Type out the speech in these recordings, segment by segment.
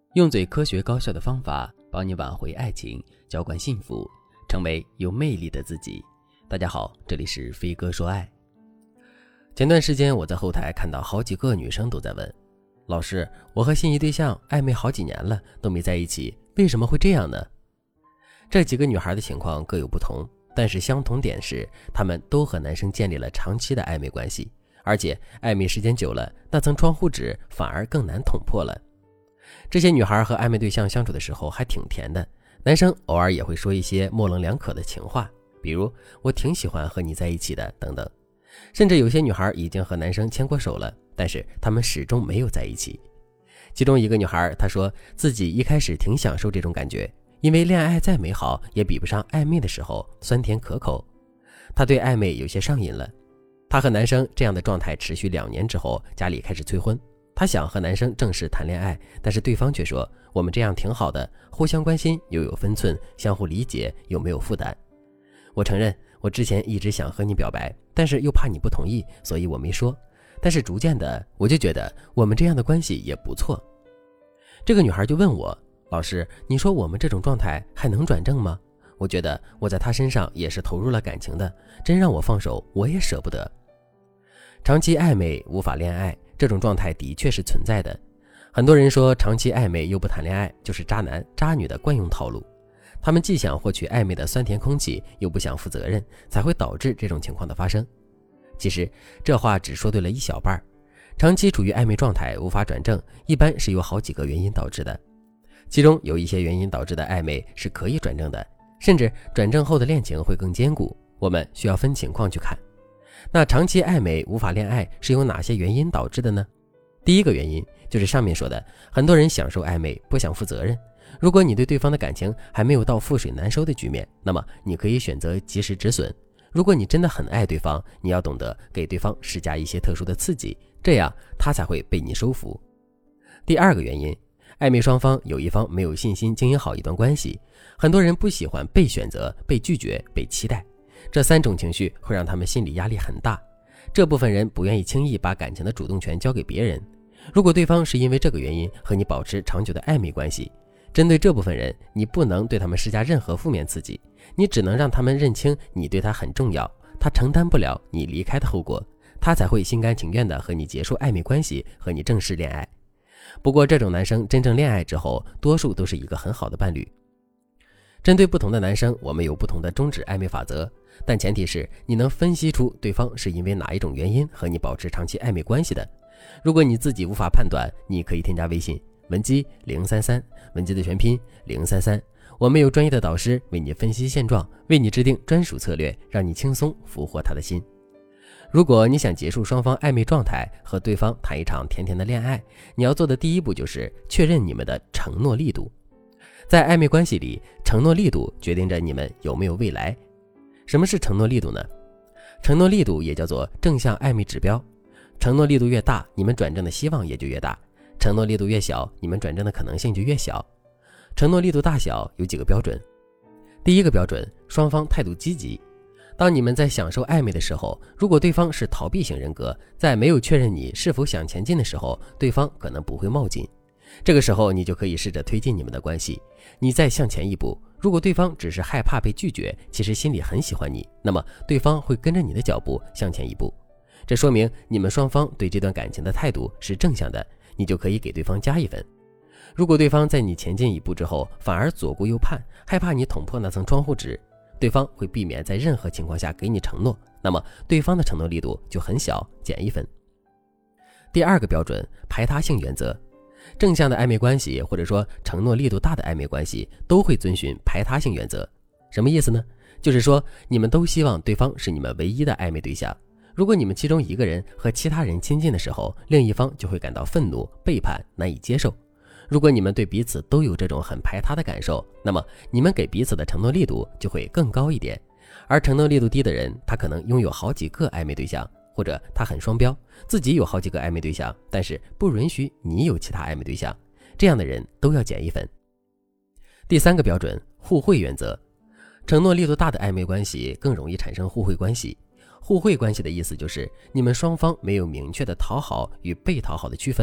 用最科学高效的方法帮你挽回爱情，浇灌幸福，成为有魅力的自己。大家好，这里是飞哥说爱。前段时间我在后台看到好几个女生都在问，老师，我和心仪对象暧昧好几年了都没在一起，为什么会这样呢？这几个女孩的情况各有不同，但是相同点是她们都和男生建立了长期的暧昧关系，而且暧昧时间久了，那层窗户纸反而更难捅破了。这些女孩和暧昧对象相处的时候还挺甜的，男生偶尔也会说一些模棱两可的情话，比如我挺喜欢和你在一起的等等。甚至有些女孩已经和男生牵过手了，但是他们始终没有在一起。其中一个女孩她说自己一开始挺享受这种感觉，因为恋爱再美好也比不上暧昧的时候酸甜可口。她对暧昧有些上瘾了。她和男生这样的状态持续2年之后，家里开始催婚。她想和男生正式谈恋爱，但是对方却说我们这样挺好的，互相关心又有分寸，相互理解又没有负担。我承认我之前一直想和你表白，但是又怕你不同意，所以我没说。但是逐渐的我就觉得我们这样的关系也不错。这个女孩就问我，老师，你说我们这种状态还能转正吗？我觉得我在她身上也是投入了感情的，真让我放手我也舍不得。长期暧昧无法恋爱，这种状态的确是存在的。很多人说长期暧昧又不谈恋爱就是渣男渣女的惯用套路，他们既想获取暧昧的酸甜空气，又不想负责任，才会导致这种情况的发生。其实这话只说对了一小半，长期处于暧昧状态无法转正，一般是由好几个原因导致的。其中有一些原因导致的暧昧是可以转正的，甚至转正后的恋情会更坚固，我们需要分情况去看。那长期暧昧无法恋爱是由哪些原因导致的呢？第一个原因就是上面说的，很多人享受暧昧，不想负责任。如果你对对方的感情还没有到覆水难收的局面，那么你可以选择及时止损。如果你真的很爱对方，你要懂得给对方施加一些特殊的刺激，这样他才会被你收服。第二个原因，暧昧双方有一方没有信心经营好一段关系，很多人不喜欢被选择、被拒绝、被期待，这3种情绪会让他们心理压力很大。这部分人不愿意轻易把感情的主动权交给别人。如果对方是因为这个原因和你保持长久的暧昧关系，针对这部分人，你不能对他们施加任何负面刺激，你只能让他们认清你对他很重要，他承担不了你离开的后果，他才会心甘情愿地和你结束暧昧关系，和你正式恋爱。不过这种男生真正恋爱之后，多数都是一个很好的伴侣。针对不同的男生，我们有不同的终止暧昧法则，但前提是你能分析出对方是因为哪一种原因和你保持长期暧昧关系的。如果你自己无法判断，你可以添加微信文姬033，文姬的全拼033，我们有专业的导师为你分析现状，为你制定专属策略，让你轻松俘获他的心。如果你想结束双方暧昧状态，和对方谈一场甜甜的恋爱，你要做的第一步就是确认你们的承诺力度。在暧昧关系里，承诺力度决定着你们有没有未来。什么是承诺力度呢？承诺力度也叫做正向暧昧指标。承诺力度越大，你们转正的希望也就越大；承诺力度越小，你们转正的可能性就越小。承诺力度大小有几个标准。第一个标准，双方态度积极。当你们在享受暧昧的时候，如果对方是逃避型人格，在没有确认你是否想前进的时候，对方可能不会冒进。这个时候你就可以试着推进你们的关系，你再向前一步。如果对方只是害怕被拒绝，其实心里很喜欢你，那么对方会跟着你的脚步向前一步。这说明你们双方对这段感情的态度是正向的，你就可以给对方加1分。如果对方在你前进一步之后反而左顾右盼，害怕你捅破那层窗户纸，对方会避免在任何情况下给你承诺，那么对方的承诺力度就很小，减1分。第二个标准，排他性原则。正向的暧昧关系，或者说承诺力度大的暧昧关系，都会遵循排他性原则。什么意思呢？就是说你们都希望对方是你们唯一的暧昧对象。如果你们其中一个人和其他人亲近的时候，另一方就会感到愤怒、背叛、难以接受。如果你们对彼此都有这种很排他的感受，那么你们给彼此的承诺力度就会更高一点。而承诺力度低的人，他可能拥有好几个暧昧对象，或者他很双标，自己有好几个暧昧对象，但是不允许你有其他暧昧对象，这样的人都要减1分。第三个标准，互惠原则。承诺力度大的暧昧关系更容易产生互惠关系。互惠关系的意思就是你们双方没有明确的讨好与被讨好的区分，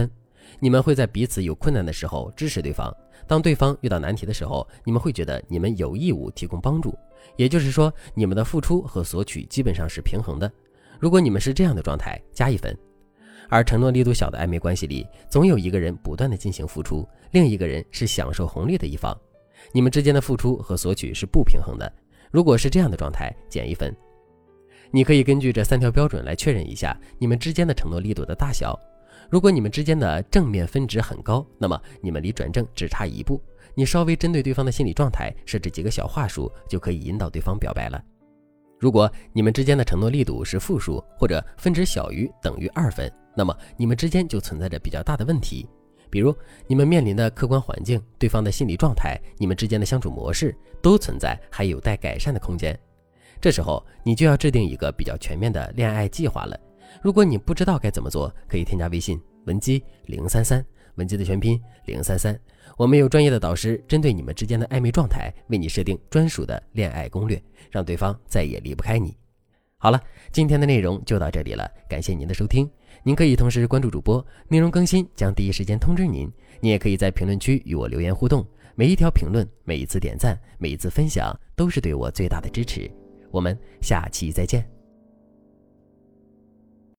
你们会在彼此有困难的时候支持对方，当对方遇到难题的时候，你们会觉得你们有义务提供帮助，也就是说，你们的付出和索取基本上是平衡的。如果你们是这样的状态，加1分。而承诺力度小的暧昧关系里，总有一个人不断的进行付出，另一个人是享受红利的一方，你们之间的付出和索取是不平衡的。如果是这样的状态，减1分。你可以根据这3条标准来确认一下你们之间的承诺力度的大小。如果你们之间的正面分值很高，那么你们离转正只差1步，你稍微针对对方的心理状态设置几个小话术，就可以引导对方表白了。如果你们之间的承诺力度是负数，或者分值小于等于2分，那么你们之间就存在着比较大的问题，比如你们面临的客观环境、对方的心理状态、你们之间的相处模式都存在还有待改善的空间。这时候你就要制定一个比较全面的恋爱计划了。如果你不知道该怎么做，可以添加微信文姬033，文姬的全拼033，我们有专业的导师针对你们之间的暧昧状态，为你设定专属的恋爱攻略，让对方再也离不开你。好了，今天的内容就到这里了，感谢您的收听。您可以同时关注主播，内容更新将第一时间通知您。您也可以在评论区与我留言互动，每一条评论、每一次点赞、每一次分享都是对我最大的支持。我们下期再见。